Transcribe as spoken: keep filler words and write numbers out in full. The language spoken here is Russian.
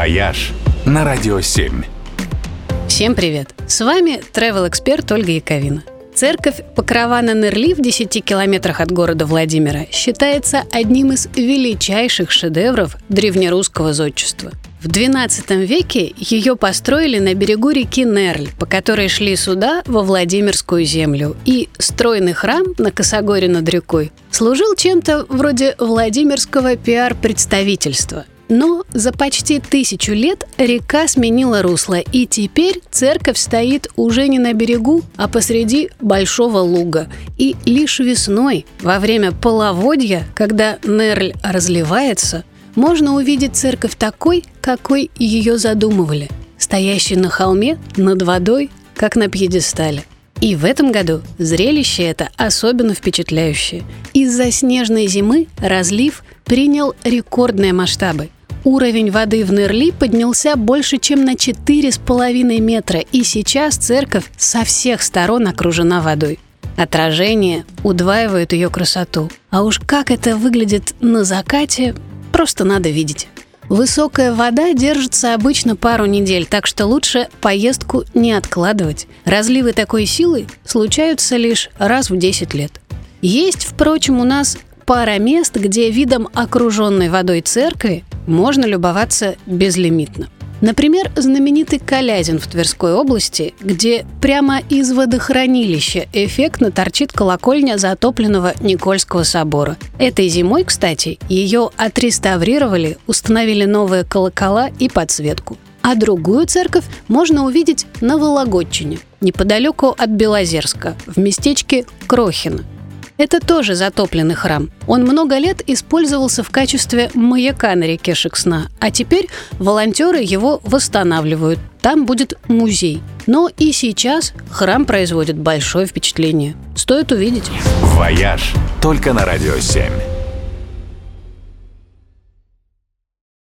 «Вояж» на Радио семь. Всем привет! С вами travel-эксперт Ольга Яковина. Церковь Покрова на Нерли в десяти километрах от города Владимира считается одним из величайших шедевров древнерусского зодчества. В двенадцатом веке ее построили на берегу реки Нерль, по которой шли суда во Владимирскую землю, и стройный храм на Косогоре над рекой служил чем-то вроде Владимирского пиар-представительства. Но за почти тысячу лет река сменила русло, и теперь церковь стоит уже не на берегу, а посреди большого луга. И лишь весной, во время половодья, когда Нерль разливается, можно увидеть церковь такой, какой ее задумывали, стоящей на холме над водой, как на пьедестале. И в этом году зрелище это особенно впечатляющее. Из-за снежной зимы разлив принял рекордные масштабы. Уровень воды в Нерли поднялся больше, чем на четыре с половиной метра, и сейчас церковь со всех сторон окружена водой. Отражение удваивает ее красоту. А уж как это выглядит на закате, просто надо видеть. Высокая вода держится обычно пару недель, так что лучше поездку не откладывать. Разливы такой силы случаются лишь раз в десять лет. Есть, впрочем, у нас пара мест, где видом окруженной водой церкви можно любоваться безлимитно. Например, знаменитый Колязин в Тверской области, где прямо из водохранилища эффектно торчит колокольня затопленного Никольского собора. Этой зимой, кстати, ее отреставрировали, установили новые колокола и подсветку. А другую церковь можно увидеть на Вологодчине, неподалеку от Белозерска, в местечке Крохино. Это тоже затопленный храм. Он много лет использовался в качестве маяка на реке Шексна, а теперь волонтеры его восстанавливают. Там будет музей. Но и сейчас храм производит большое впечатление. Стоит увидеть. «Вояж» только на Радио семь.